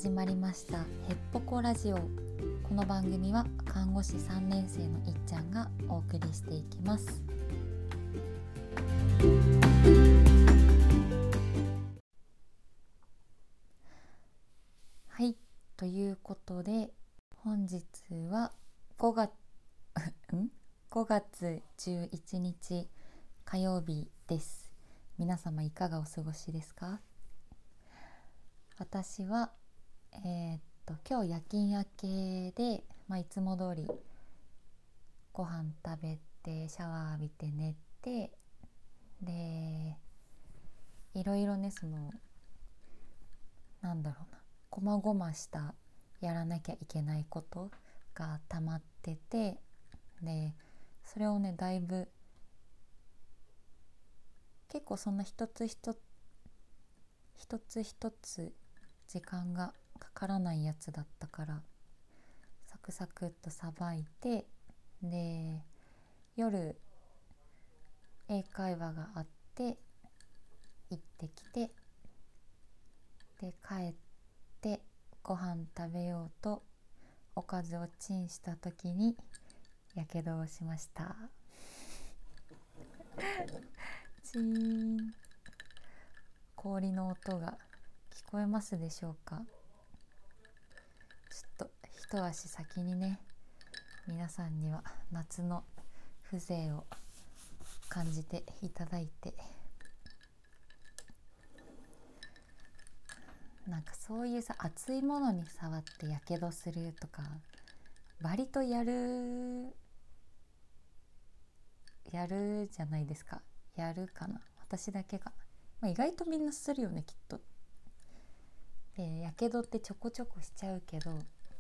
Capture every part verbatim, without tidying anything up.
始まりましたへっぽこラジオ。この番組は看護師さんねん生のいっちゃんがお送りしていきます。はい、ということで本日はごがつんごがつじゅういちにち火曜日です。皆様いかがお過ごしですか？私はえー、っと今日夜勤明けで、まあ、いつも通りご飯食べてシャワー浴びて寝て、でいろいろねそのなんだろうなこまごましたやらなきゃいけないことが溜まってて、でそれをねだいぶ結構そんな一つ一つ一つ一つ時間がかからないやつだったからサクサクっとさばいて、で夜英会話があって行ってきて、で帰ってご飯食べようとおかずをチンした時にやけどをしました。チーン、氷の音が聞こえますでしょうか？ちょっと一足先にね皆さんには夏の風情を感じていただいて、なんかそういうさ熱いものに触ってやけどするとか割とやるやるじゃないですか。やるかな、私だけかな、まあ、意外とみんなするよねきっと。でやけどってちょこちょこしちゃうけど、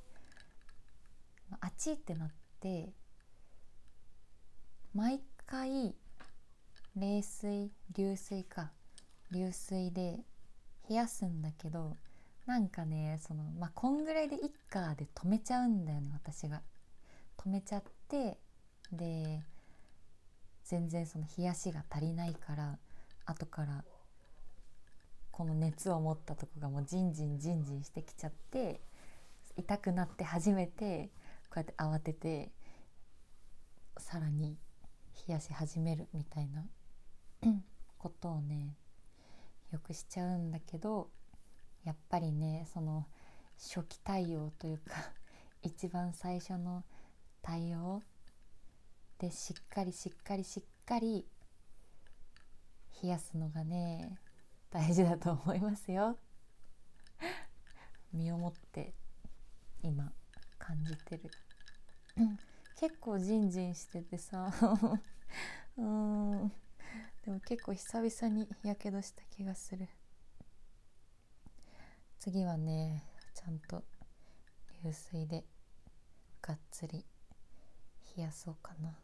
あちってなって毎回冷水流水か流水で冷やすんだけど、なんかねそのまあこんぐらいでいっかで止めちゃうんだよね。私が止めちゃって、で全然その冷やしが足りないから後からこの熱を持ったとこがもうジンジンジンジンしてきちゃって、痛くなって初めてこうやって慌ててさらに冷やし始めるみたいなことをねよくしちゃうんだけど、やっぱりねその初期対応というか一番最初の対応でしっかりしっかりしっかり冷やすのがね大事だと思いますよ。身をもって今感じてる結構ジンジンしててさうーんでも結構久々にやけどした気がする。次はねちゃんと流水でがっつり冷やそうかな。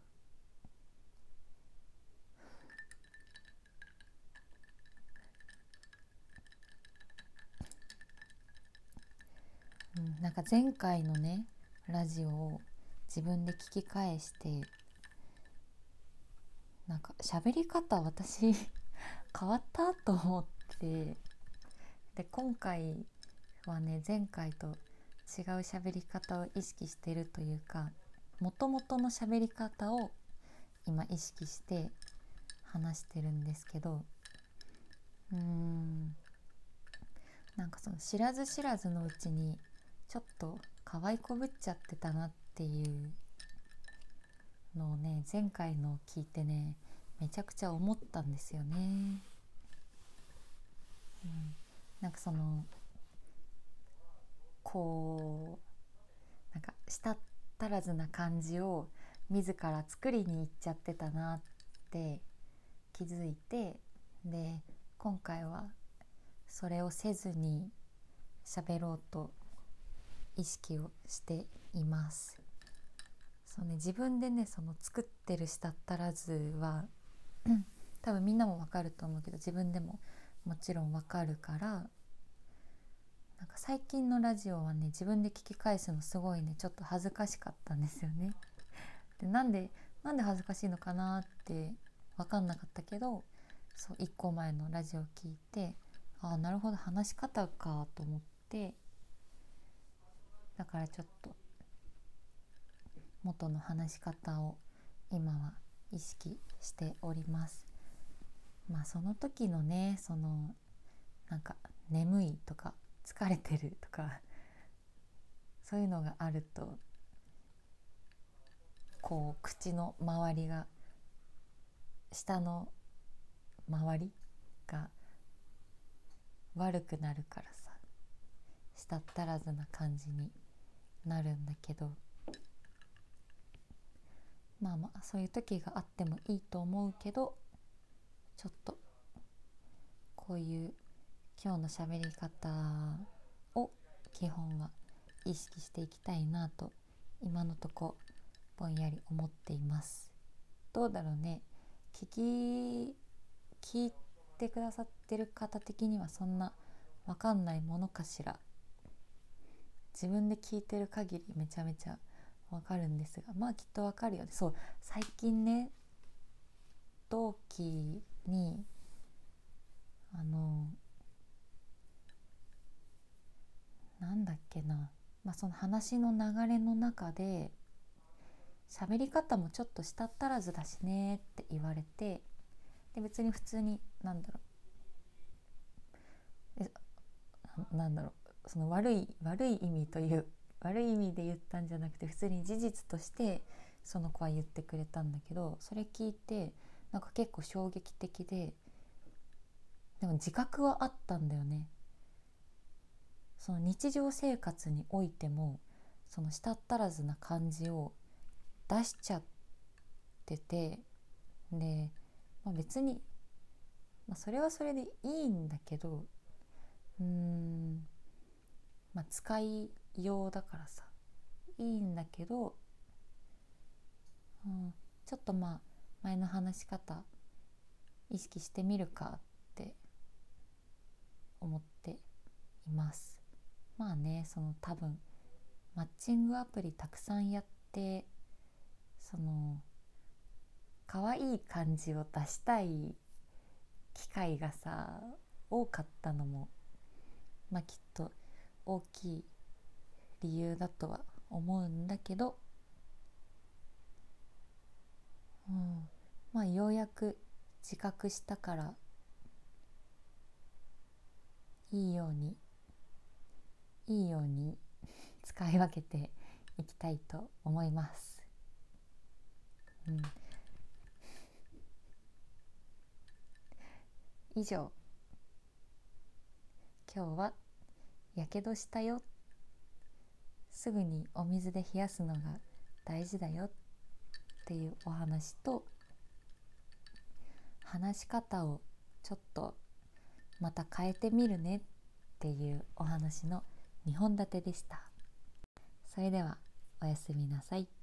うん、なんか前回のねラジオを自分で聞き返してなんか喋り方私変わったと思って、で今回はね前回と違う喋り方を意識してるというか、元々の喋り方を今意識して話してるんですけど、うーんなんかその知らず知らずのうちにちょっと可愛いこぶっちゃってたなっていうのをね前回のを聞いてねめちゃくちゃ思ったんですよね。うん、なんかそのこうなんか舌足らずな感じを自ら作りに行っちゃってたなって気づいて、で今回はそれをせずに喋ろうと意識をしています。そうね、自分でねその作ってる舌足らずは多分みんなもわかると思うけど自分でももちろんわかるから、なんか最近のラジオはね自分で聞き返すのすごいねちょっと恥ずかしかったんですよね。でなんでなんで恥ずかしいのかなって分かんなかったけど、そういっこまえのラジオ聞いて、ああなるほど話し方かと思って、 だからちょっと元の話し方を今は意識しております。まあその時のね、そのなんか眠いとか疲れてるとかそういうのがあると、こう口の周りが、下の周りが悪くなるからさ、舌足らずな感じになるんだけど、まあまあそういう時があってもいいと思うけど、ちょっとこういう今日の喋り方を基本は意識していきたいなと今のとこぼんやり思っています。どうだろうね、聞き聞いてくださってる方的にはそんなわかんないものかしら。自分で聞いてる限りめちゃめちゃわかるんですが、まあきっとわかるよね。そう、最近ね、同期にあのなんだっけな、まあ、その話の流れの中で喋り方もちょっと舌足らずだしねって言われて、で別に普通になんだろうえなんだろうその悪い悪い意味という悪い意味で言ったんじゃなくて、普通に事実としてその子は言ってくれたんだけど、それ聞いてなんか結構衝撃的で、でも自覚はあったんだよね。その日常生活においてもその舌足らずな感じを出しちゃってて、で、まあ、別に、まあ、それはそれでいいんだけど、うーん、まあ、使いようだからさいいんだけど、うん、ちょっとまあ前の話し方意識してみるかって思っています。まあね、その多分マッチングアプリたくさんやって、その可愛い感じを出したい機会がさ多かったのも、まあきっと大きい理由だとは思うんだけど、うん、まあようやく自覚したからいいようにいいように使い分けていきたいと思います。うん、以上、今日はやけどしたよ、すぐにお水で冷やすのが大事だよっていうお話と、話し方をちょっとまた変えてみるねっていうお話のにほん立てでした。それではおやすみなさい。